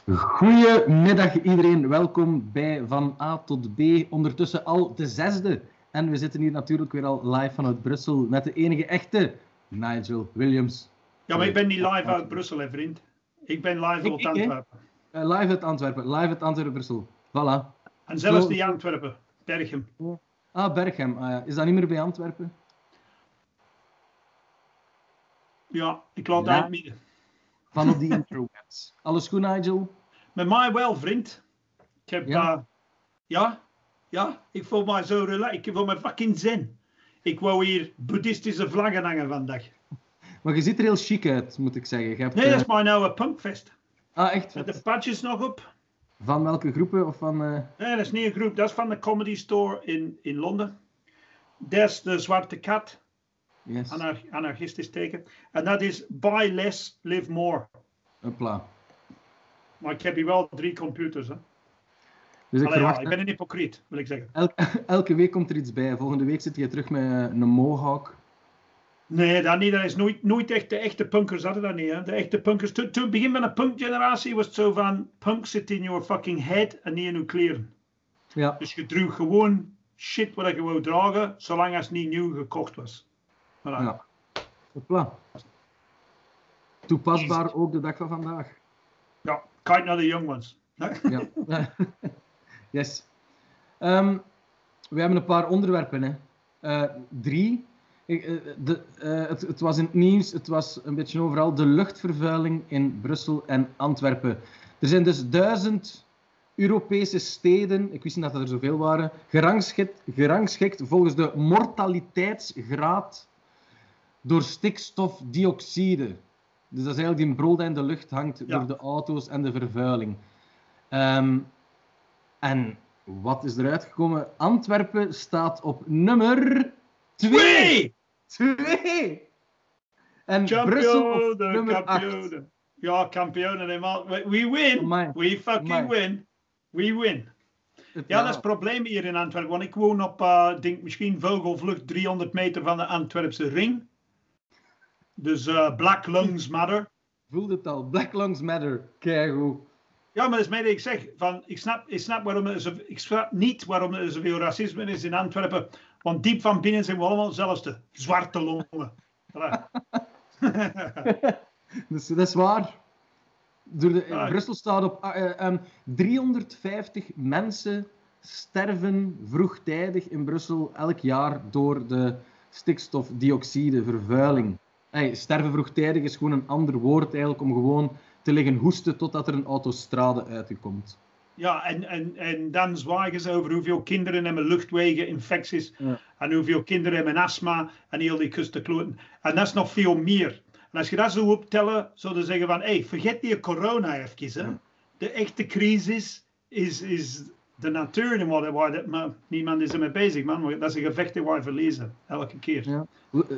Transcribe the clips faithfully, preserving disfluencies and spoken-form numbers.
Goedemiddag iedereen, welkom bij Van A tot B, ondertussen al de zesde. En we zitten hier natuurlijk weer al live vanuit Brussel met de enige echte Nigel Williams. Ja, maar ik ben niet live uit Brussel, hè, vriend. Ik ben live Ik, uit ik, Antwerpen. Uh, live uit Antwerpen, live uit Antwerpen, Brussel. Voilà. En zelfs Zo, niet Antwerpen, Berchem. Ah, Berchem. Ah, ja. Is dat niet meer bij Antwerpen? Ja, ik laat Ja. uit het midden. Van op die intro-apps. Alles goed, Nigel? Met mij wel, vriend. Ik heb, Ja? uh, ja, ja, ik voel mij zo relaxed. Ik voel me fucking zen. Ik wou hier boeddhistische vlaggen hangen vandaag. Maar je ziet er heel chic uit, moet ik zeggen. Je hebt, Nee, dat uh... is mijn oude punkfest. Ah, echt? Met de patches nog op. Van welke groepen? Of van, uh... Nee, dat is niet een groep. Dat is van de Comedy Store in, in Londen. Dat is de Zwarte Kat. Yes. Anar anarchistisch teken. En dat is Buy Less, Live More. Hopla. Maar ik heb hier wel drie computers. Hè. Dus ik, Allee, verwacht... ja, ik ben een hypocriet, wil ik zeggen. Elke, elke week komt er iets bij. Volgende week zit je terug met een mohawk. Nee, dat niet. Dat is nooit, nooit echt de echte punkers hadden dat niet. Hè. De echte punkers. Toen het begin van de punkgeneratie was het zo van... Punk zit in your fucking head en niet in je kleren. Ja. Dus je droeg gewoon shit wat je wou dragen, zolang als het niet nieuw gekocht was. Voilà. Ja. Hopla. Toepasbaar Easy. Ook de dag van vandaag. Ja, kijk naar de young ones. Ja. Yes. Um, we hebben een paar onderwerpen. Hè. Uh, drie. Ik, uh, de, uh, het, het was in het nieuws, het was een beetje overal. De luchtvervuiling in Brussel en Antwerpen. Er zijn dus duizend Europese steden, ik wist niet dat er zoveel waren, gerangschikt, gerangschikt volgens de mortaliteitsgraad door stikstofdioxide. Dus dat is eigenlijk die brol die in de lucht hangt ja. door de auto's en de vervuiling. Um, en wat is eruit gekomen? Antwerpen staat op nummer twee. Twee! En Kampioenen, Brussel op nummer kampioenen. acht. Ja, kampioenen helemaal. We win. Amai. We fucking Amai. win. We win. Ja, ja, dat is het probleem hier in Antwerpen. Want ik woon op, uh, denk misschien vogelvlucht driehonderd meter van de Antwerpse ring. Dus uh, Black Lungs Matter. Voelde het al. Black Lungs Matter. Keigoed. Ja, maar dat is mij dat ik zeg. Van, ik, snap, ik, snap waarom er zo, ik snap niet waarom er zoveel racisme is in Antwerpen. Want diep van binnen zijn we allemaal zelfs de zwarte longen. Voilà. dus, dat is waar. Door de, ah, Brussel staat op uh, um, driehonderdvijftig mensen sterven vroegtijdig in Brussel elk jaar door de stikstofdioxide, vervuiling. Hey, sterven vroegtijdig is gewoon een ander woord eigenlijk om gewoon te liggen hoesten totdat er een autostrade uit u komt. Ja, en, en, en dan zwijgen ze over hoeveel kinderen hebben luchtwegeninfecties ja. en hoeveel kinderen hebben astma en heel die kustenkloten. En dat is nog veel meer. En als je dat zo optellen, zouden ze zeggen van, hé, hey, vergeet die corona even. Hè. Ja. De echte crisis is, is de natuur en wat, waar dat, maar niemand is ermee bezig, man. Dat is een gevecht dat wij verliezen, elke keer. Ja.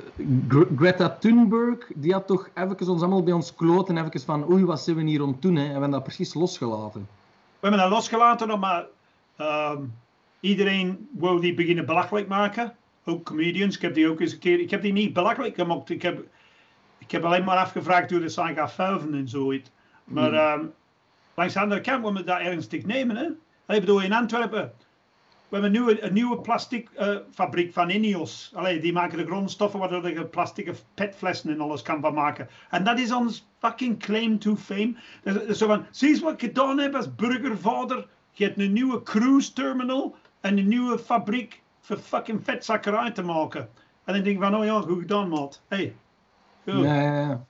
Greta Thunberg, die had toch even ons allemaal bij ons kloten, even van, oei, wat zijn we hier om te doen, hè? En we hebben dat precies losgelaten. We hebben dat losgelaten, maar um, iedereen wil die beginnen belachelijk maken. Ook comedians. Ik heb die ook eens een keer... Ik heb die niet belachelijk gemaakt. Ik heb, ik heb alleen maar afgevraagd door de Saga Vuiven en zoiets. Maar mm. um, langs de andere kant moeten we dat ernstig nemen. Hè? Ik bedoel, in Antwerpen... We hebben een nieuwe, een nieuwe plastic uh, fabriek van Ineos. Allee, die maken de grondstoffen waardoor je plastic petflessen en alles kan van maken. En dat is ons fucking claim to fame. Dat is zo van, zie eens wat ik gedaan heb als burgervader. Je hebt een nieuwe cruise terminal en een nieuwe fabriek voor fucking vetzakkerij te maken. En dan denk ik van, oh ja, goed gedaan, maat. Hey. Ja, ja, ja.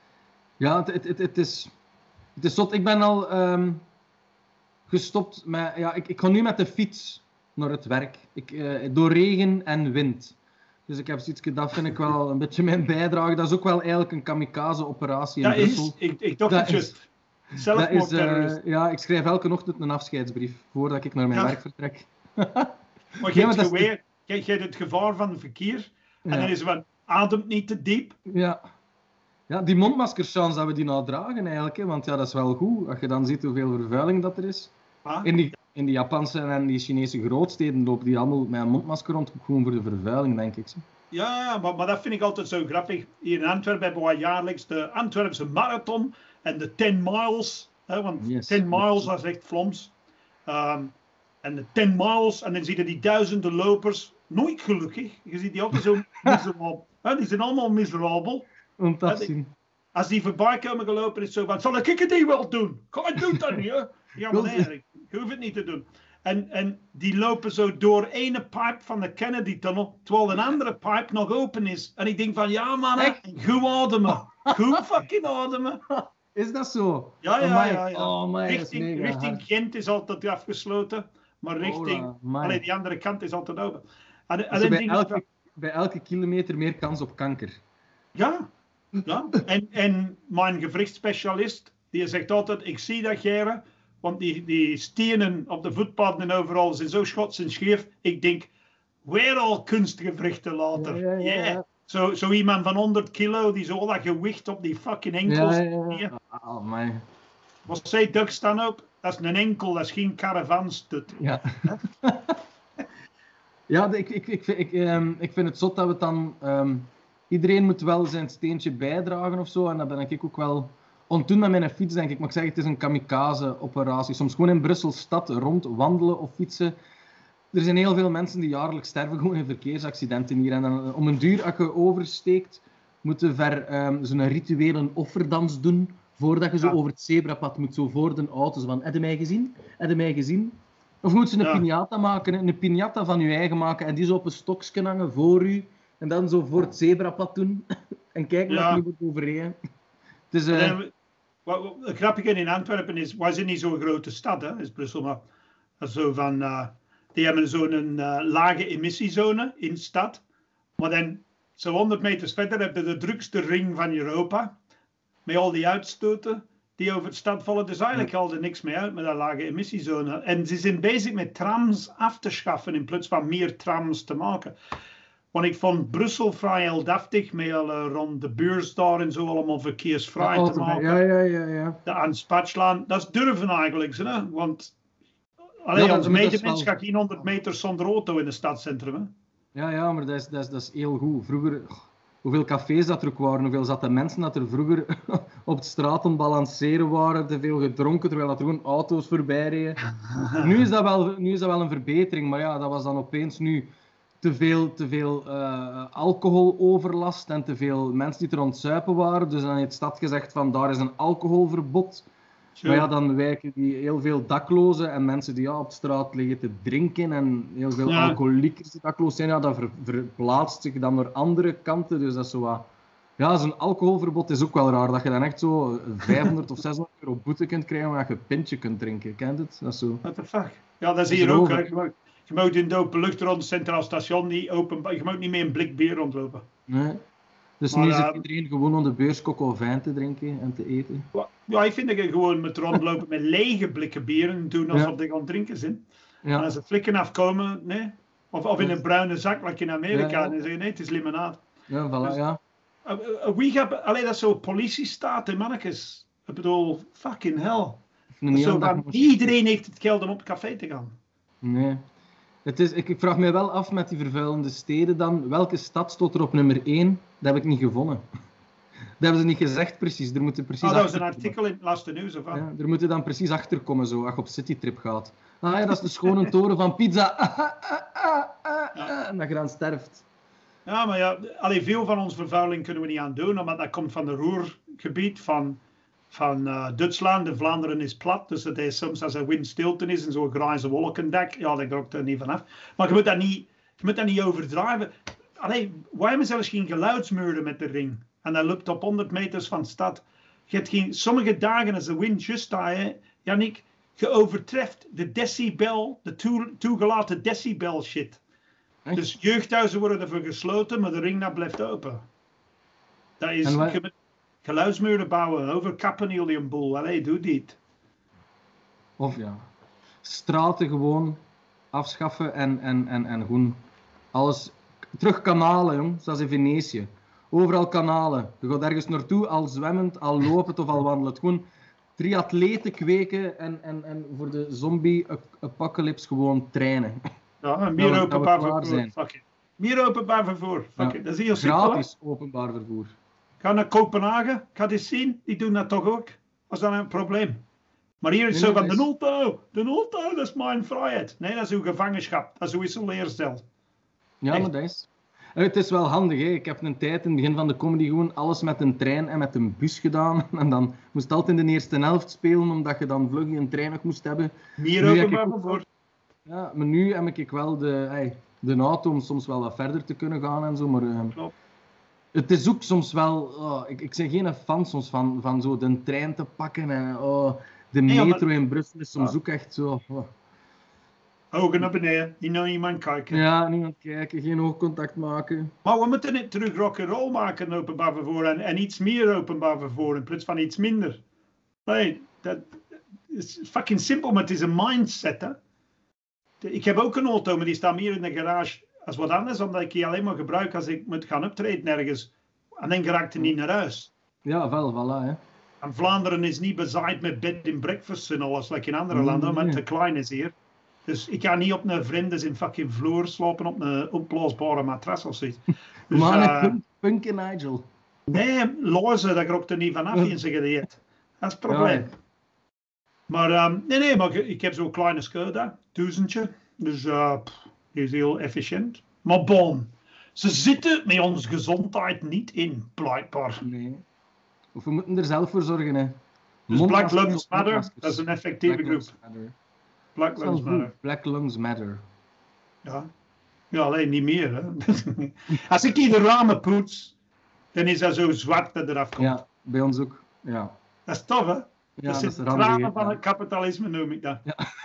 Ja, het, het, het, is, het is zot. Ik ben al um, gestopt met, ja, ik, ik ga nu met de fiets naar het werk. Ik, uh, door regen en wind. Dus ik heb zoiets, dat vind ik wel een beetje mijn bijdrage. Dat is ook wel eigenlijk een kamikaze-operatie in dat Brussel. Is, ik, ik dacht het juist. Zelfmoordterrorist. Uh, ja, ik schrijf elke ochtend een afscheidsbrief voordat ik naar mijn ja. werk vertrek. Maar je hebt ja, geweer, je, je hebt het gevaar van het verkeer. Ja. En dan is het van, ademt niet te diep. Ja. Ja, die mondmaskerschans dat we die nou dragen eigenlijk. Hè, want ja, dat is wel goed. Als je dan ziet hoeveel vervuiling dat er is. Ah. In die... In die Japanse en die Chinese grootsteden lopen die allemaal met een mondmasker rond, gewoon voor de vervuiling, denk ik. Ja, maar, maar dat vind ik altijd zo grappig. Hier in Antwerpen hebben we jaarlijks de Antwerpse Marathon en de ten miles. Hè, want Yes. tien miles, dat is echt floms. Um, en de tien miles, en dan zie je die duizenden lopers, nooit gelukkig. Je ziet die altijd zo miserabel. Hè, die zijn allemaal miserabel. Om te Hè, afzien. Als die voorbij komen gelopen, is het zo van, zal ik het niet wel doen? Ik doe dat niet, hè? Ja, maar nee, ik hoef het niet te doen. En, en die lopen zo door ene pipe van de Kennedy-tunnel, terwijl een andere pipe nog open is. En ik denk van, ja man, goed ademen. Goed fucking ademen. Is dat zo? Ja, ja, Amai. ja. ja. Oh, amai, dat is richting mega richting hard. Gent is altijd afgesloten, maar richting, Oh, amai. allee, die andere kant is altijd open. En, en Dus dan bij, denk ik elke, van, bij elke kilometer meer kans op kanker. ja, ja. En, en mijn gewrichtsspecialist, die zegt altijd, ik zie dat Gerre, want die, die stenen op de voetpaden en overal zijn zo schots en scheef. Ik denk, weer al kunstgewrichten later. Ja, ja, ja, ja. Yeah. Zo, zo iemand van honderd kilo, die zo al dat gewicht op die fucking enkels. Ja, ja, ja. Ja. Oh, my. Wat zei Doug staan op? Dat is een enkel, dat is geen caravanstut. Ja. Ja, ik, ik, ik, ik, um, ik vind het zot dat we het dan... Um, iedereen moet wel zijn steentje bijdragen of zo. En dat ben ik ook wel aan het doen met mijn fiets, denk ik. Maar ik zeg, het is een kamikaze-operatie. Soms gewoon in Brussel stad rond wandelen of fietsen. Er zijn heel veel mensen die jaarlijks sterven gewoon in verkeersaccidenten hier. En dan, om een duur, als je oversteekt, moet je ver um, zo'n rituele offerdans doen voordat je zo Ja. over het zebrapad moet, zo voor de auto's. Van, heb je mij gezien? Heb je mij gezien? Of moet je een Ja. piñata maken, een piñata van je eigen maken en die zo op een stokje hangen voor u. En dan zo voor het zebrapad doen. En kijken Ja. of je niet wordt overreden. Dus, uh, En, wat, wat, het grappige in Antwerpen is, wij zijn niet zo'n grote stad, hè, is Brussel, maar dat is zo van, uh, die hebben zo'n uh, lage emissiezone in de stad. Maar dan, zo honderd meters verder, heb je de drukste ring van Europa. Met al die uitstoten die over de stad vallen. Dus eigenlijk haalt er niks mee uit met dat lage emissiezone. En ze zijn bezig met trams af te schaffen in plaats van meer trams te maken. Want ik vond Brussel vrij heel deftig, met al uh, rond de beurs daar en zo allemaal verkeersvrij ja, te maken. ja, ja, ja, ja. De aanspatchlaan, dat is durven eigenlijk, hè? Want alleen Ja, als dat- dat is medemens wel- ga ik honderd meter zonder auto in het stadscentrum. Hè? Ja, ja, maar dat is, dat, is, dat is heel goed. Vroeger, oh, hoeveel cafés dat er ook waren, hoeveel zaten mensen dat er vroeger op de straten balanceren waren, te veel gedronken, terwijl dat er gewoon auto's voorbij reden. Nu is dat wel, nu is dat wel een verbetering, maar ja, dat was dan opeens nu te veel, te veel uh, alcoholoverlast en te veel mensen die er aan het zuipen waren. Dus dan heeft de stad gezegd van, daar is een alcoholverbod. Zo. Maar ja, dan wijken die heel veel daklozen en mensen die ja, op straat liggen te drinken en heel veel Ja. alcoholiekers die dakloos zijn, ja, dat ver, verplaatst zich dan naar andere kanten. Dus dat is zo wat... Ja, zo'n alcoholverbod is ook wel raar, dat je dan echt zo vijfhonderd of zeshonderd euro boete kunt krijgen omdat je een pintje kunt drinken. Kent het? Dat is zo. What the fuck? Ja, dat is Is hier er ook. over. Hè. Je, mag, je mag in de openlucht rond het Centraal Station niet open... Je mag niet meer een blik bier rondlopen. Nee. Dus Maar, nu uh, zit iedereen gewoon aan de beurs coq au vin te drinken en te eten. Ja, ik vind dat je gewoon moet rondlopen met lege blikken bier en doen alsof Ja. die gaan drinken zijn. En Ja, als er flikken afkomen, nee. Of, of in een bruine zak, like in Amerika. Ja, ja. En dan zeg je, nee, het is limonade. ja, voilà, Dus- ja. Uh, uh, Wie gaat... Allee, dat is zo'n politiestaat, hè, mannetjes. Ik bedoel, fucking hell. Een hele Zo dag van, nog- niet iedereen heeft het geld om op café te gaan. Nee. Het is, ik, ik vraag me wel af met die vervuilende steden dan, welke stad stond er op nummer één? Dat heb ik niet gevonden. Dat hebben ze niet gezegd precies. Er moeten precies Oh, dat was een achterkomen. artikel in het laatste nieuws, of wat? Ja, er moeten dan precies achterkomen zo, als je op citytrip gaat. Ah ja, dat is de schone toren van pizza. Ah, ah, ah, ah, ah, en dat je dan sterft. Ja, maar ja, allee, veel van onze vervuiling kunnen we niet aan doen, omdat dat komt van het Ruhrgebied, van, van uh, Duitsland. En Vlaanderen is plat, dus het is soms als er windstilte is en zo'n grijze wolkendek, ja, dat gaat er niet vanaf. Maar je moet dat niet, je moet dat niet overdrijven. Allee, wij hebben zelfs geen geluidsmuren met de ring. En dat loopt op honderd meters van de stad. Je hebt geen, sommige dagen als de wind just daar, hè, Jannik, je overtreft de decibel, de toe, toegelaten decibel shit. Echt? Dus jeugdhuizen worden ervoor gesloten, maar de ring dat blijft open. Dat is, En waar- je moet geluidsmuren bouwen, overkappen heel die boel. Allee, doe dit. Of ja, straten gewoon afschaffen en, en, en, en gewoon alles... Terug kanalen, jong, zoals in Venetië. Overal kanalen. Je gaat ergens naartoe, al zwemmend, al lopend of al wandelend. Gewoon triatleten kweken en, en, en voor de zombie-apocalypse gewoon trainen. Ja, en Dat we- meer dat we openbaar klaar vervoer. zijn. Fuck it. Meer openbaar vervoer. Fuck Ja. it. Dat is heel simpel. hè. Gratis openbaar vervoer. Ga naar Kopenhagen, ga eens zien. Die doen dat toch ook. Was dat een probleem? Maar hier is Nee, zo nee, van, dat de is- auto, de auto, dat is mijn vrijheid. Nee, dat is uw gevangenschap. Dat is uw isoleerstel. Ja, Echt. maar dat is... Eh, Het is wel handig, hè. Ik heb een tijd in het begin van de comedy gewoon alles met een trein en met een bus gedaan. En dan moest het altijd in de eerste helft spelen, omdat je dan vlug een trein nog moest hebben. Meer Nu heb ik openbaar ook vervoer. Ja, maar nu heb ik wel de, hey, de auto om soms wel wat verder te kunnen gaan en zo. Maar eh, Klopt. het is ook soms wel... oh, ik, ik ben geen fan soms van, van zo de trein te pakken. En oh, de Nee, ja, metro maar- in Brussel is soms Ja. ook echt zo... oh. Ogen naar beneden, niet naar iemand kijken. Ja, niemand kijken, geen oogcontact maken. Maar we moeten het terug rock'n'roll maken in openbaar vervoer en, en iets meer openbaar vervoer in plaats van iets minder. Nee, dat is fucking simpel, maar het is een mindset. Hè? De- Ik heb ook een auto, maar die staat meer in de garage als wat anders, omdat ik die alleen maar gebruik als ik moet gaan optreden ergens. En dan geraakt hij niet naar huis. Ja, wel, voilà. Hè. En Vlaanderen is niet bezaaid met bed and breakfast en alles, like in andere Nee, landen, maar nee. te klein is hier. Dus ik ga niet op een vreemde in fucking vloer slapen op een opblaasbare matras of zoiets. Dus, Maar eh, punk, punk en Nigel. nee, lozen, dat rokt er niet vanaf in zijn gedieet. Dat is het probleem. Ja, Maar ehm, nee, nee, maar ik ik heb zo'n kleine Skoda, duizendje. Dus eh, pff, die is heel efficiënt. Maar bon, ze zitten met onze gezondheid niet in, blijkbaar. nee. Of we moeten er zelf voor zorgen, hè. Dus Black Mondmaskers Lungs of Matter, mondmaskers. dat is een effectieve Black groep. Lungs Matter. Black Dat is Lungs wel goed. Matter. Black Lungs Matter. Ja. Ja, alleen niet meer. Hè. Als ik hier de ramen poets, dan is dat zo zwart dat eraf komt. Ja, bij ons ook. Ja, Dat is tof, hè? ja dat dat is zit er de handig, tranen hè. van het kapitalisme, noem ik dat.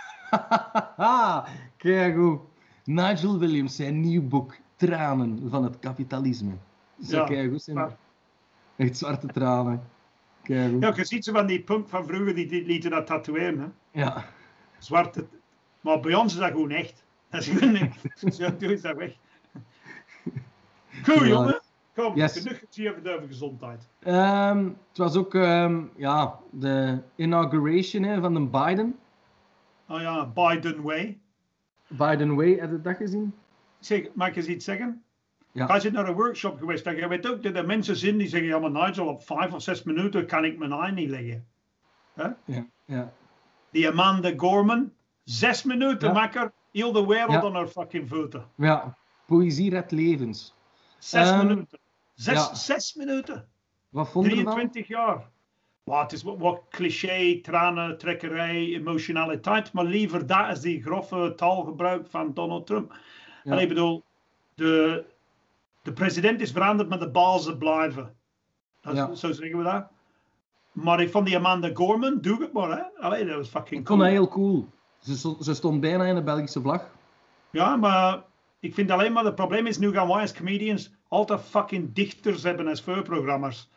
Kijk goed. Nigel Williams, zijn nieuw boek, Tranen van het kapitalisme. Zou Ja, kijk goed zijn. maar- Echt zwarte tranen. Kijk goed. Ja, je ziet zo van die punk van vroeger, die, die lieten dat tatoeëren. Hè? Ja. Zwarte. Maar bij ons is dat gewoon echt. Dat is gewoon echt. Zo doe is dat weg. Goed, Ja. jongen. Kom, Yes. genoeg gezien over gezondheid. Ehm, het was ook ehm, ja, de inauguration hè, van de Biden. Oh ja, Biden way. Biden Way, heb je dat gezien? Zeg, mag ik eens iets zeggen? Ja. Als je naar een workshop geweest, dan je weet ook dat er mensen zijn die zeggen, ja maar Nigel, op vijf of zes minuten kan ik mijn ei niet leggen. Ja. Ja. Die Amanda Gorman, zes minuten Ja. makker, heel de wereld Ja. aan haar fucking voeten. ja. Poëzie redt levens. Zes Ehm, minuten. Zes, ja. zes minuten. Wat vond je ervan? drieëntwintig jaar. Well, het is wat, wat cliché, tranen, trekkerij, emotionaliteit, maar liever dat als die grove taalgebruik van Donald Trump. Ja. En ik bedoel, de, de president is veranderd, maar de bazen blijven. Dat is- Ja. Zo zeggen we dat. Maar ik vond die Amanda Gorman, doe het maar, hè. Allee, dat was fucking Ik vond cool. dat heel cool. Ze stond, ze stond bijna in de Belgische vlag. Ja, maar ik vind alleen maar, het probleem is, nu gaan wij als comedians altijd fucking dichters hebben als voorprogramma's.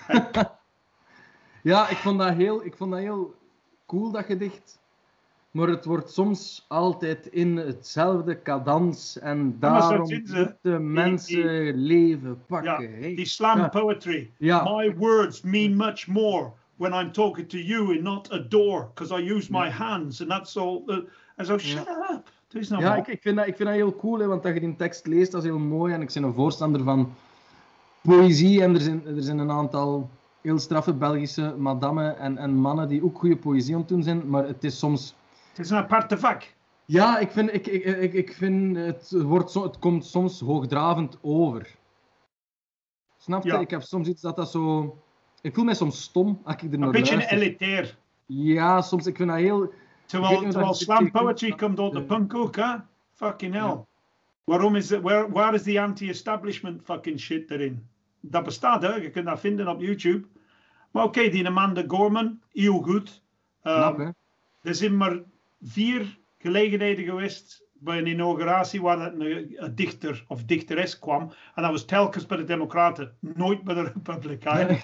Ja, ik vond dat heel, ik vond dat heel cool, dat gedicht. Maar het wordt soms altijd in hetzelfde cadans. En maar zo daarom zitten ze. moeten mensen leven pakken. Ja, Hey. die slam Ja. poetry. Ja. My words mean much more when I'm talking to you and not a door, because I use my Ja. hands and that's all. Uh, en zo, shut up. Doe eens nou Ja, maar. ik, ik, vind dat, ik vind dat heel cool, hè, want dat je die tekst leest, dat is heel mooi. En ik ben een voorstander van poëzie. En er zijn, er zijn een aantal heel straffe Belgische madammen en, en mannen die ook goede poëzie aan het doen zijn. Maar het is soms... Het is een aparte vak. Ja, ik vind, ik, ik, ik, ik vind het, wordt zo, het komt soms hoogdravend over. Snap je? Ja. Ik heb soms iets dat dat zo... Ik voel mij soms stom als ik er Een naar beetje luister. elitair. Ja, soms. Ik vind dat heel... Ik weet Terwijl, niet hoe terwijl dat slam betekent. poetry komt uit de Ja. punk ook, hè? Fucking hell. Ja. Waarom is het, waar, waar is die anti-establishment fucking shit erin? Dat bestaat, hè? Je kunt dat vinden op YouTube. Maar oké, die Amanda Gorman, heel goed. Um, Knap, hè? Er zijn maar vier gelegenheden geweest bij een inauguratie waar dat een, een dichter of dichteres kwam. En dat was telkens bij de Democraten, nooit bij de Republikeinen.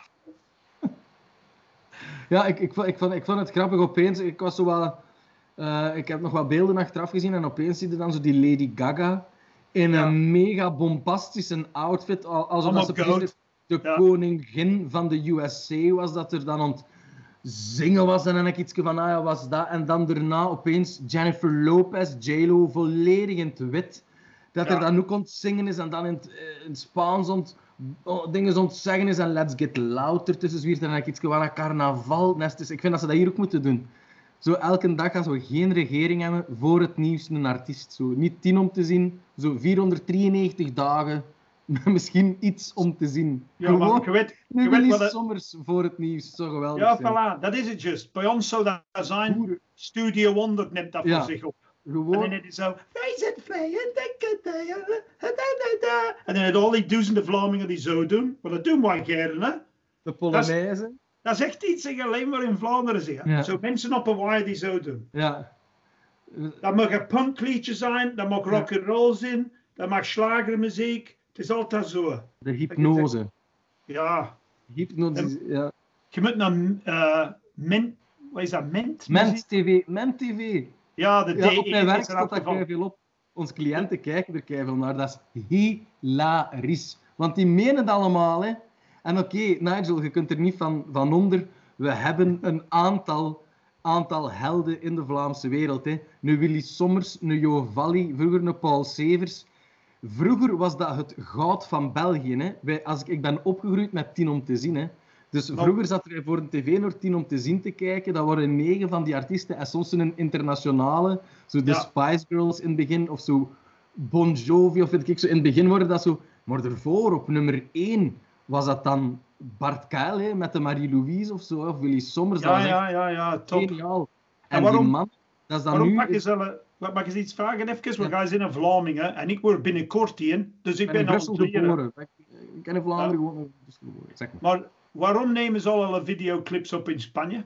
Ja, ik, ik, vond, ik, vond, ik vond het grappig opeens. Ik was zo wel... eh, ik heb nog wat beelden achteraf gezien en opeens zie je dan zo die Lady Gaga in Ja. een mega bombastische outfit, al- alsof Allemaal dat ze precies goud. de Ja. koningin van de U S A was, dat er dan aan het zingen was en dan ik iets van, ah ja, was dat. En dan daarna opeens Jennifer Lopez, J-Lo, volledig in het wit. Dat Ja. er dan ook aan het zingen is en dan in het, eh, in het Spaans aan het oh, dingen aan het zeggen is en Let's Get Loud ertussen zwiert en dan heb ik iets van een carnaval. Nest is. Ik vind dat ze dat hier ook moeten doen. Zo elke dag als we geen regering hebben, voor het nieuws een artiest. Zo niet tien om te zien, zo vierhonderddrieënnegentig dagen, misschien iets om te zien. Ja, Gewoon maar je weet, je een weet Willy wat het... Sommers voor het nieuws. Zo geweldig Ja, zijn. voilà, dat is het juist. Bij ons zou dat zijn, Boeren. Studio honderd neemt dat Ja. voor zich op. En dan Gewoon, is het zo, wij zijn vrij, en dan heb je al die duizenden Vlamingen die zo doen. Maar dat doen wij gerne, hè. de Polonaise. Dat is echt iets dat je alleen maar in Vlaanderen ziet. Ja. Zo mensen op Hawaii die zo doen. Ja. Dat mag een punkliedje zijn, dat mag rock and roll zijn, dat mag slagermuziek. Het is altijd zo. De hypnose. Ja. Hypnose, ja. Je moet naar uh, Mint, wat is dat, Mint? Ment T V, Ment T V. Ja, de Ja, D op mijn E werk is er staat dat afgevallen. veel op. Onze cliënten kijken er keiveel naar. Dat is hilarisch. Want die menen het allemaal, hè. En oké, okay, Nigel, je kunt er niet van, van onder. We hebben een aantal, aantal helden in de Vlaamse wereld. Hè. Een Willy Sommers, een Jo Valli, vroeger een Paul Severs. Vroeger was dat het goud van België. Hè. Wij, als ik, ik ben opgegroeid met tien om te zien. Hè. Dus vroeger zat er voor een tv naar tien om te zien te kijken. Dat waren negen van die artiesten. En soms een internationale. Zo de Ja. Spice Girls in het begin. Of zo Bon Jovi. Of weet ik zo. In het begin worden dat zo... Maar ervoor, op nummer één, was dat dan Bart Kuil, hè, met de Marie-Louise of zo. Of Willy Sommers. Dat Ja, was ja, echt ja, ja, top. geniaal. En En waarom- die man... Dat is dan Waarom nu... mag je, zelf, wat mag je iets vragen even? We Ja. gaan in Vlamingen en ik word binnenkort hier, dus ik Ik ben in ben aan Brussel het leren. geboren. Ik, ik ben in Vlaanderen gewoon in Brussel geboren. Zeg maar. Maar waarom nemen ze alle videoclips op in Spanje?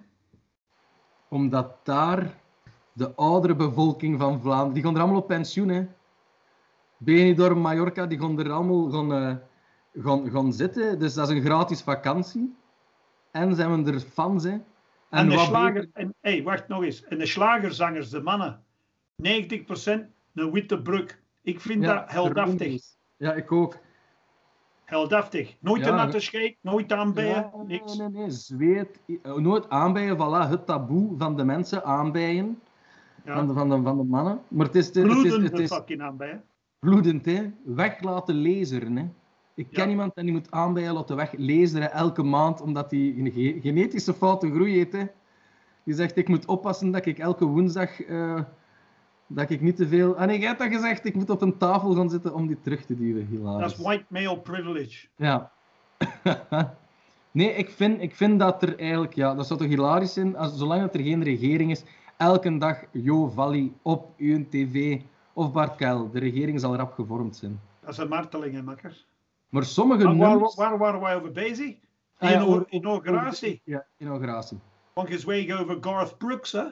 Omdat daar de oudere bevolking van Vlaanderen... Die gaan er allemaal op pensioen, hè. Benidorm, Mallorca, die gaan er allemaal gaan, uh, gaan, gaan zitten. Dus dat is een gratis vakantie. En zijn we er fans, hè. En, En de wat slager... beter- En, hey, wacht nog eens. En de slagerzangers, de mannen. negentig procent een witte broek. Ik vind Ja, dat heldhaftig. roemloos. Ja, ik ook. Heldhaftig. Nooit Ja, een natte ge- scheet, nooit aanbijen, Ja, niks. nee, nee, nee. Zweet. eh, Nooit aanbijen, voilà. Het taboe van de mensen aanbijen. Ja. Van, de, van, de, van de mannen. Maar het is... Het is, het is, Bloedende het is fucking aanbijen. bloedend, hè. Weg laten laseren, hè. Ik ken Ja. iemand en die moet aanbijen laten weg laseren elke maand, omdat hij een ge- genetische foute groei heeft, hè. Die zegt, ik moet oppassen dat ik elke woensdag... eh, dat ik niet te veel... Ah nee, jij hebt dat gezegd, ik moet op een tafel gaan zitten om die terug te duwen. Dat Hilarisch. is white male privilege. Ja. Nee, ik vind, ik vind dat er eigenlijk... Ja, dat zou toch hilarisch zijn, als, zolang dat er geen regering is, elke dag Jo Valli op uw tv of Bart Kuil. De regering zal rap gevormd zijn. Dat is een marteling, hè, makker. Maar sommige Maar waar, nummers... waar waren wij over bezig? Die Ah ja, ino- over- inauguratie. Ja, inauguratie. Want je zweeg over Garth Brooks, hè?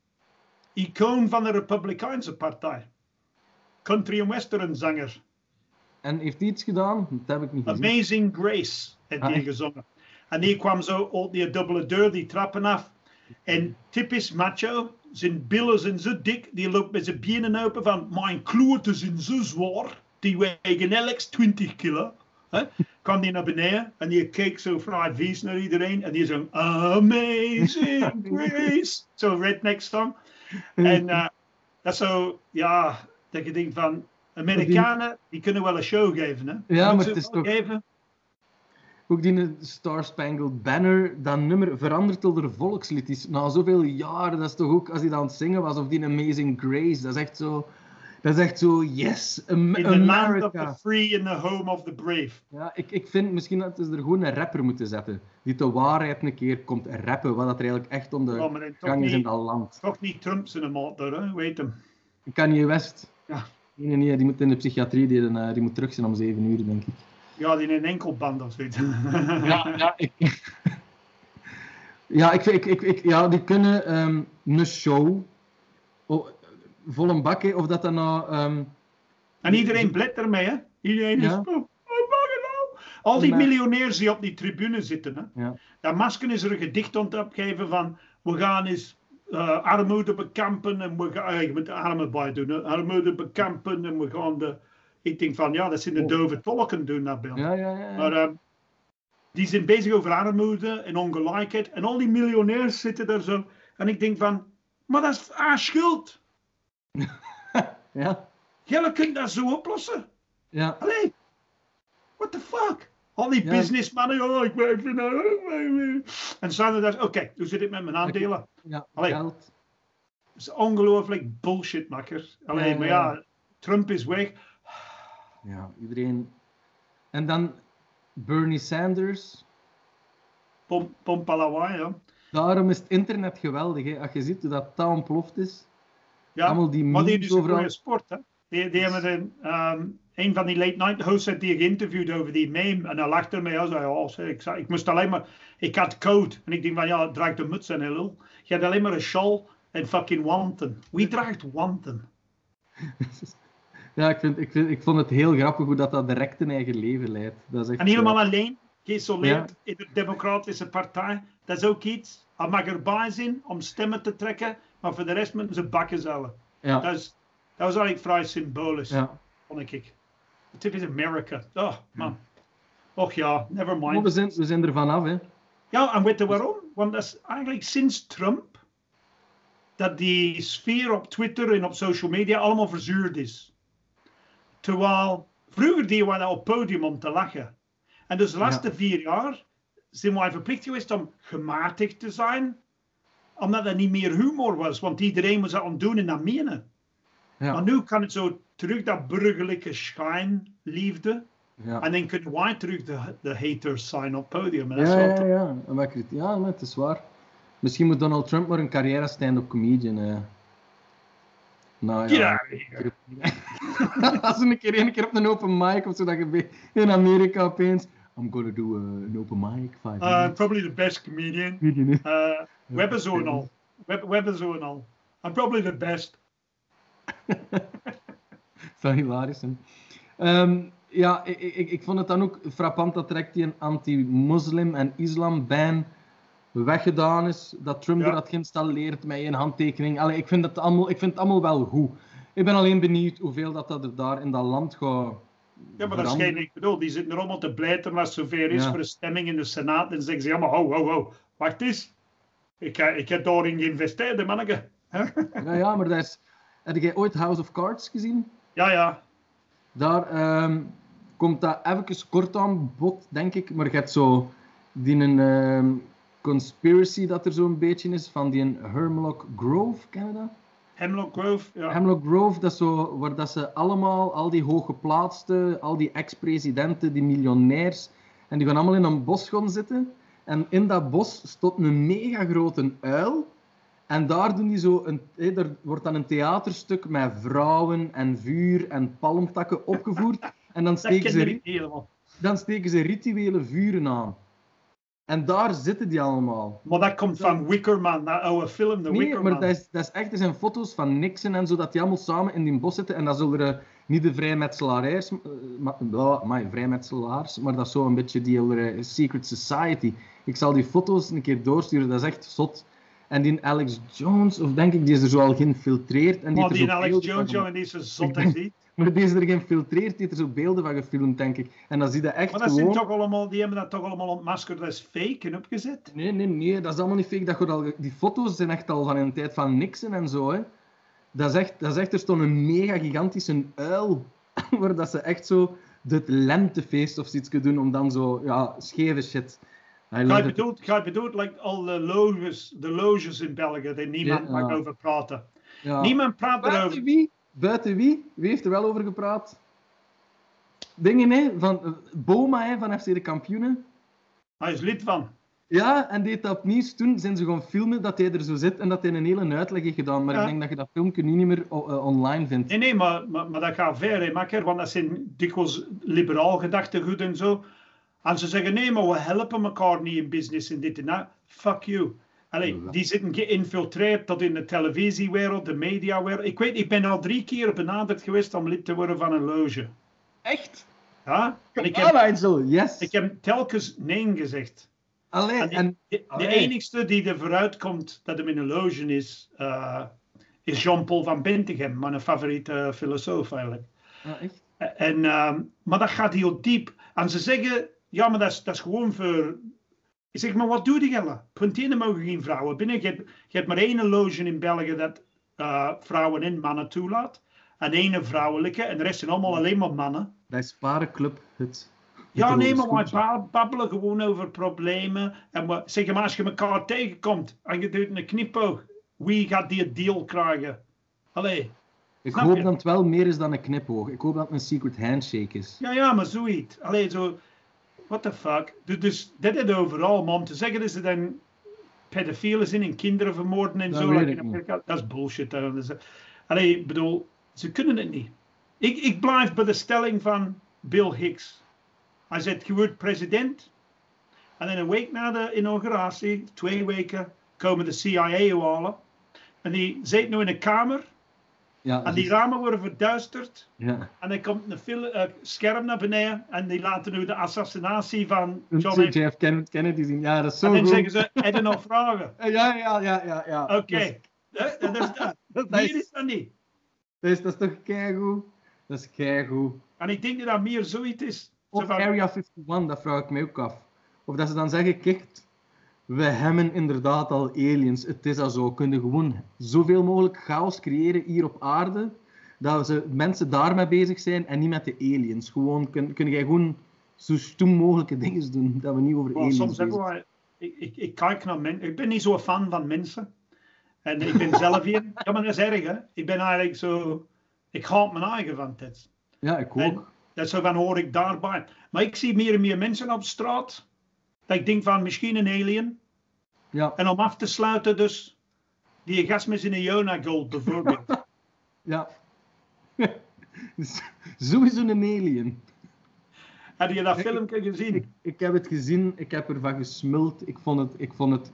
Icoon van de Republikeinse Partij. Country- en westernzanger. En heeft hij iets gedaan? Dat heb ik niet gezien. Amazing Grace heeft Ah, hij echt? gezongen. En die kwam zo op die dubbele deur, die trappen af. En typisch macho, zijn billen zijn zo dik, die loopt met zijn benen open van mijn kloten zijn zo zwaar, die wegen elk twintig kilo. Hè? Kwam die naar beneden en die keek zo vrij vies naar iedereen en die zong Amazing Grace. Zo redneck song. En uh, dat is zo, ja, dat je denkt van, Amerikanen, die kunnen wel een show geven, hè? Ja, Moeten maar ze het is wel toch- geven? Ook die Star Spangled Banner, dat nummer verandert tot een volkslied is. Na zoveel jaren, dat is toch ook als hij dan aan het zingen was, of die Amazing Grace, dat is echt zo... Dat is echt zo, yes, Am- In the land of America. the free and the home of the brave. Ja, ik, ik vind misschien dat ze er gewoon een rapper moeten zetten. Die de waarheid een keer komt rappen, wat dat er eigenlijk echt om de Ja, maar dan toch gang is in niet, dat land. toch niet Trump zijn maat daar, hè? Weet hem. Kanye West. Ja. Nee, nee, nee, die moet in de psychiatrie, die, eh, die moet terug zijn om zeven uur, denk ik. Ja, die in een enkelband of zoiets. Ja, ja, ik... ja, ik, ik, ik, ik, ja, die kunnen ehm, een show oh, vol een bak, hè, of dat dan nou... ehm, En iedereen blet ermee, hè? Iedereen is... Ja. Oh, oh, nou. Al die Maar- miljonairs die op die tribune zitten, hè? ja. Dat Masken is er een gedicht aan het opgeven van... We gaan eens uh, armoede bekampen en we gaan... Je moet de armen bij doen, hè? Armoede bekampen en we gaan de... Ik denk van, ja, dat zijn de Oh. dove tolken doen, dat beeld. Ja, ja, ja. ja. Maar uh, die zijn bezig over armoede en ongelijkheid. En al die miljonairs zitten daar zo. En ik denk van, maar dat is haar schuld. ja, Jij kunt dat zo oplossen. ja. Allee, what the fuck? Al die Ja. businessmannen, oh, ik ben... ik ben- En Sander dacht, oké, hoe zit het met mijn aandelen? ja. Allee. Geld. is ongelooflijk bullshit, makker. Alleen, Ja, maar ja. ja, Trump is weg. Ja, iedereen. En dan Bernie Sanders. Pom, pompalawaai, ja. Daarom is het internet geweldig. Hè. Als je ziet hoe dat dat ontploft is. Ja, Allemaal die maar die memes is een overal. goede sport, hè. Die, die hebben een, um, een van die late night hosts had die geïnterviewd over die meme. En hij lachte ermee. Hij zei, oh, zeg, ik, zei, ik moest alleen maar... Ik had code. En ik denk van, ja, draag de muts en hè, lul. Je had alleen maar een shawl en fucking wanten. Wie draagt wanten? Ja, ik, vind, ik, vind, ik vond het heel grappig hoe dat, dat direct een eigen leven leidt. Dat is echt, En helemaal uh, alleen, geïsoleerd Ja. in de Democratische Partij. Dat is ook iets. Hij mag erbij zijn om stemmen te trekken, maar voor de rest moeten ze bakken zelf. ja, Dat, is, dat was eigenlijk vrij symbolisch, ja. vond ik. Het is Amerika. Oh, man. Och ja, never Maar mind. we zijn, we zijn er vanaf, hè. Ja, en weet je waarom? Want dat is eigenlijk sinds Trump dat die sfeer op Twitter en op social media allemaal verzuurd is. Terwijl vroeger deden wij dat op het podium om te lachen. En dus de laatste Ja. vier jaar zijn wij verplicht geweest om gematigd te zijn, omdat dat niet meer humor was, want iedereen was dat aan het doen en dat menen. Ja. Maar nu kan het zo terug dat burgerlijke schijnliefde. Ja. En dan kunnen wij terug de, de haters zijn op het podium. En dat Ja, is ja, wel ja. En wat kritiek- ja, maar het is waar. Misschien moet Donald Trump maar een carrière stand-up comedian. Eh. Nou Get ja. out of here. Als ze een keer een keer op een open mic of zo dat je bij- in Amerika opeens. I'm gonna do a, an open mic. Five Uh, minutes. probably the best comedian. Comedian, hè. Uh, we hebben zo en al. We, hebben- we hebben zo en al. I'm probably the best. Dat is hilarisch, hè. Ehm, ja, ik, ik, ik vond het dan ook frappant dat direct die een anti-moslim en islam-ban weggedaan is. Dat Trump Ja. er had geïnstalleerd met een handtekening. Allee, ik, vind het allemaal, ik vind het allemaal wel goed. Ik ben alleen benieuwd hoeveel dat, dat er daar in dat land gaat Ja, maar dat is veranderen. geen, ik bedoel, die zitten er allemaal te blijten als het zover is Ja. voor een stemming in de Senaat. En dan zeggen ze, ja maar ho, ho, ho, wacht eens. Ik, eh, ik heb daarin geïnvesteerd, hè, manneke. Ja, ja, maar dat is... Heb jij ooit House of Cards gezien? Ja, ja. Daar ehm, komt dat even kort aan bod, denk ik. Maar je hebt zo die een ehm, conspiracy dat er zo'n beetje is van die een Hemlock Grove, ken je dat? Hemlock Grove, ja. Hemlock Grove, dat is zo waar dat ze allemaal, al die hooggeplaatsten, al die ex-presidenten, die miljonairs, en die gaan allemaal in een bos gaan zitten. En in dat bos stond een mega grote uil. En daar doen die zo een, hé, er wordt dan een theaterstuk met vrouwen en vuur en palmtakken opgevoerd. En dan Dat steken, ken ze, ik ri- niet helemaal. dan steken ze rituele vuren aan. En daar zitten die allemaal. Maar dat komt van Wickerman, dat oude film, de Nee, Wickerman. maar dat is, dat is echt, er zijn foto's van Nixon en zo, dat die allemaal samen in die bos zitten. En dat zullen er eh, niet de vrijmetselaars, uh, ma, bla, maar vrijmetselaars, maar dat is zo een beetje die uh, secret society. Ik zal die foto's een keer doorsturen, dat is echt zot. En die Alex Jones, of denk ik, die is er zo al geïnfiltreerd. En die Maar heeft die er zo Alex beelden Jones, van jongen, die is zo zot Ik als denk- die. Maar die is er geïnfiltreerd, die heeft er zo beelden van gefilmd, denk ik. En dan zie je echt Maar dat zijn gewoon... toch allemaal, die hebben dat toch allemaal ontmaskerd als fake en opgezet? Nee, nee, nee, dat is allemaal niet fake. Dat wordt al... Die foto's zijn echt al van in de tijd van Nixon en zo, hè. Dat is echt, dat is echt er stond een mega gigantische uil, waar dat ze echt zo het lentefeest of zoiets kunnen doen, om dan zo, ja, scheve shit. I Ga love je it. bedoeld, ga je bedoeld, like al de loges, de loges in België, daar niemand Ja. mag over praten. Ja. Niemand praat Buiten erover. wie? Buiten wie? Wie heeft er wel over gepraat? Dingen, hè, van eh, Boma, hè, van F C de Kampioenen. Hij is lid van. Ja, en deed dat opnieuw. Toen zijn ze gaan filmen dat hij er zo zit en dat hij een hele uitleg heeft gedaan. Maar Ja. ik denk dat je dat filmpje nu niet meer o- eh, online vindt. Nee, nee, maar, maar, maar dat gaat ver, hè, makker, want dat zijn dikwijls liberaal gedachtegoed en zo. En ze zeggen, nee, maar we helpen elkaar niet in business en dit en dat. Fuck you. Allee, Ja. die zitten geïnfiltreerd tot in de televisiewereld, de mediawereld. Ik weet, ik ben al drie keer benaderd geweest om lid te worden van een loge. Echt? Ja? En ik Ah, heb, Nigel, yes. ik heb telkens nee gezegd. Allee, En die- en... De, de Allee. enigste die er vooruit komt dat hem in een loge is, uh, is Jean-Paul van Bentegem, mijn favoriete filosoof eigenlijk. Ah, echt? En, um, maar dat gaat heel diep. En ze zeggen, ja, maar dat is, dat is gewoon voor... Ik zeg, maar wat doe die gelle? Punt één, er mogen geen vrouwen binnen. Je hebt, je hebt maar één loge in België dat uh, vrouwen en mannen toelaat. En één vrouwelijke, en de rest zijn allemaal alleen maar mannen. Dat is Sparenclub, het... Ja, het nee, maar wij schoentje. ba- babbelen gewoon over problemen. En we zeggen, maar als je elkaar tegenkomt en je doet een knipoog, wie gaat die deal krijgen? Allee. Ik Snap hoop je? dat het wel meer is dan een knipoog. Ik hoop dat het een secret handshake is. Ja, ja, maar zoiets. Allee, zo... What the fuck? Dus, dus dit is overal, maar om te zeggen dat ze dan pedofielen zijn en kinderen vermoorden en Dat zo, weet like ik in niet. Amerika, dat is bullshit. Hè. Dus, eh, allee, ik bedoel, ze kunnen het niet. Ik, ik blijf bij de stelling van Bill Hicks. Hij zegt, je wordt president en dan een week na de inauguratie, twee weken, komen de C I A halen. En die zit nu in een kamer Ja, en die juist. ramen worden verduisterd. Ja. En dan komt een fil- uh, scherm naar beneden en die laten nu de assassinatie van John John F. J F Kennedy zien. Ja, dat is zo En dan goed. zeggen ze, heb je nog vragen? Ja, ja, ja, ja. ja. Oké, Dus- dat is dat. dat, Meer is, is dat niet. dat, is, dat is toch keigoed? Dat is keigoed. En ik denk dat dat meer zoiets is. Zo Of van, Area eenenvijftig, dat vraag ik mij ook af. Of dat ze dan zeggen, kijk, we hebben inderdaad al aliens. Het is al zo. We kunnen gewoon zoveel mogelijk chaos creëren hier op aarde, dat ze, mensen daarmee bezig zijn en niet met de aliens. Gewoon, kun, kun jij gewoon zo stoem mogelijke dingen doen, dat we niet over well, aliens soms bezig hebben zijn. we, ik, ik, ik kijk naar mensen. Ik ben niet zo'n fan van mensen. En ik ben zelf hier. Ja, maar dat is erg, hè. Ik ben eigenlijk zo... Ik haat mijn eigen van dit. Ja, ik En ook. dat zo van hoor ik daarbij. Maar ik zie meer en meer mensen op straat. Dat ik denk van misschien een alien. Ja, En om af te sluiten dus... Die gast met zijn Jonah Gold bijvoorbeeld. ja. Sowieso een alien. Heb je dat Ik- filmpje gezien? Ik, ik heb het gezien, ik heb ervan gesmuld. Ik vond het... Ik, vond het,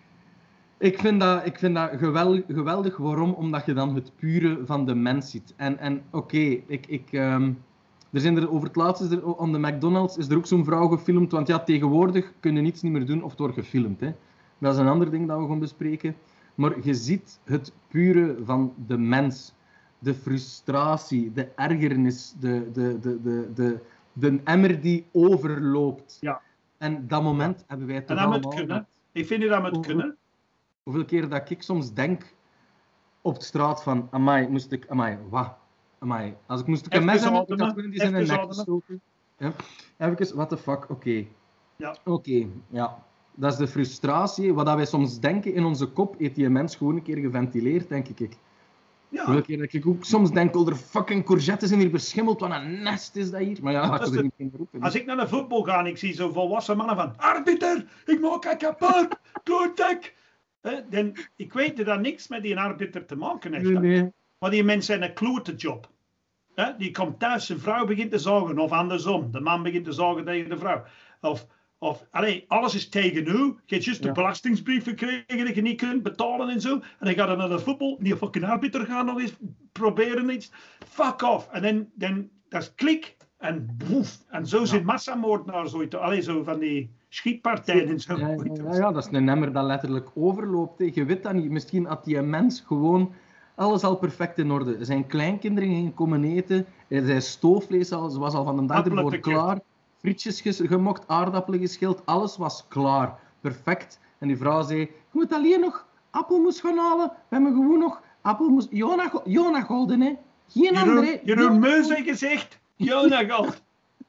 ik, vind, dat, ik vind dat geweldig, geweldig. Waarom? Omdat je dan het pure van de mens ziet. En, en oké, ik... ik ehm, er zijn er over het laatst, is er, aan de McDonald's, is er ook zo'n vrouw gefilmd. Want ja, tegenwoordig kun je niets niet meer doen of het wordt gefilmd. Hè. Dat is een ander ding dat we gaan bespreken. Maar je ziet het pure van de mens. De frustratie, de ergernis, de, de, de, de, de, de emmer die overloopt. Ja. En dat moment hebben wij En toch dat moet allemaal. kunnen. gehad. Ik vind dat moet Over- kunnen. Hoeveel keer dat ik soms denk op de straat van, amai, moest ik, amai, wat? Amai, als ik moest ik een Even mes hebben, ik ademen, had gewoon die in zijn even nek ademen. gestoken. Ja. Even, what the fuck, oké. Ja. Oké, ja. Dat is de frustratie. Wat dat wij soms denken in onze kop, heeft die mens gewoon een keer geventileerd, denk ik. Ja. Hoeveel keer dat ik ook soms denk, oh, er fucking courgettes zijn hier beschimmeld, wat een nest is dat hier. Maar ja, Dat laten is we er de- niet in roepen. Als ik naar de voetbal ga en ik zie zo volwassen mannen van arbiter, ik maak het kapot, kloottek. Eh, Dan, ik weet dat dat niks met die arbiter te maken heeft. Nee, hè. nee. Maar die mensen hebben een klote job. Eh, Die komt thuis, zijn vrouw begint te zorgen, of andersom. De man begint te zorgen tegen de vrouw. Of, of allee, alles is tegen u. Je hebt juist Ja. de belastingsbrief gekregen dat je niet kunt betalen en zo. En dan gaat je naar de voetbal, die fucking arbiter gaan nog eens proberen iets. Fuck off. En dan, dan dat is klik en boef. En zo zijn massamoordenaars ooit. Allee, zo van die schietpartijen en zo. Ja, ja, ja, ja, dat is een emmer dat letterlijk overloopt. Hè. Je weet dat niet. Misschien had die mens gewoon alles al perfect in orde. Zijn kleinkinderen gingen komen eten. Zijn stoofvlees al, was al van de dag Appelen ervoor tekort. klaar. Frietjes ges- gemokt, aardappelen geschild. Alles was klaar. Perfect. En die vrouw zei, je moet alleen nog appelmoes gaan halen. We hebben gewoon nog appelmoes. Jona, Go- Jona Golden, hè. Geen andere. hè. Jeroen, Jeroen Meus heeft gezegd, Jonah Gold.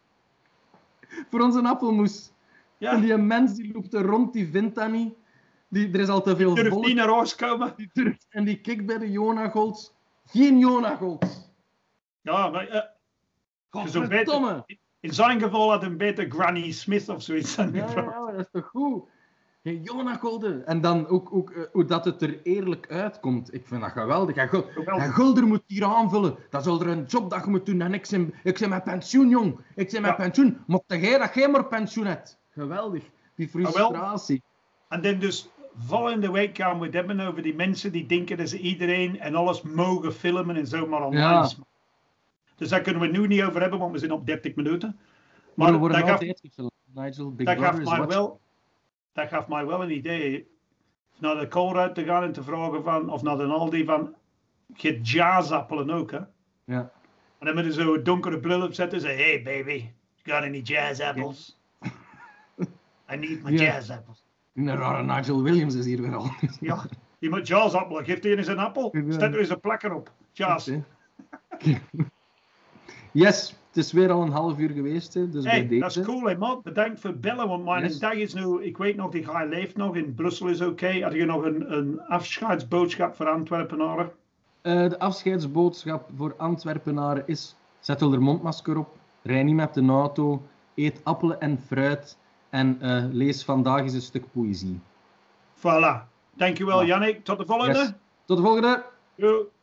Voor ons een appelmoes. Ja, En die mens die loopt er rond, die vindt dat niet. Die, er is al te veel durft volk. niet naar huis komen. Die durft en die kikt bij de Jona Golds. Geen Jona Golds. Ja, maar eh, Zo beter. Godverdomme. in zijn geval had een beter Granny Smith of zoiets aan Ja, gevraagd. ja, dat is toch goed. Geen Jona Golden. En dan ook, ook eh, hoe dat het er eerlijk uitkomt. Ik vind dat geweldig. En, Gul- Geweldig. en Gulder moet hier aanvullen. Dat zal er een jobdag moeten doen. En ik zijn, ik zijn met pensioen, jong. Ik zijn met Ja. pensioen. Mocht jij dat jij maar pensioen hebt. Geweldig. Die wel. frustratie. En dan dus volgende week gaan we het hebben over die mensen die denken dat ze iedereen en alles mogen filmen en zomaar online. Ja. smijten. Dus daar kunnen we het nu niet over hebben, want we zijn op dertig minuten. Maar we Maar worden dat gaf, altijd gefilmd. Nigel, Big dat Brother gaf is mij watching. wel, dat gaf mij wel een idee. Naar de Colruyt te gaan en te vragen van, of naar de Aldi van, je hebt jazzappelen ook, hè? Ja. En dan moeten ze zo'n donkere bril opzetten en zeggen, hey baby, you got any jazz apples? I need my Ja. jazz apples. Een rare Nigel Williams is hier weer al. Ja, je moet jazzappelen. Geef die eens een appel. Ja. Zet er eens een plakker op. Jazz. Oké. Yes. het is weer al een half uur geweest, hè, dus Hey, bij deze. dat is cool, hè, man. Bedankt voor bellen, want mijn Yes. dag is nu... Ik weet nog, die guy leeft nog. In Brussel is oké. Had je nog een, een afscheidsboodschap voor Antwerpenaren? Uh, de afscheidsboodschap voor Antwerpenaren is: zet er mondmasker op, rij niet met de auto, eet appelen en fruit en uh, lees vandaag eens een stuk poëzie. Voilà. Dankjewel, Ja. Jannik. Tot de volgende. Yes. Tot de volgende! Yo.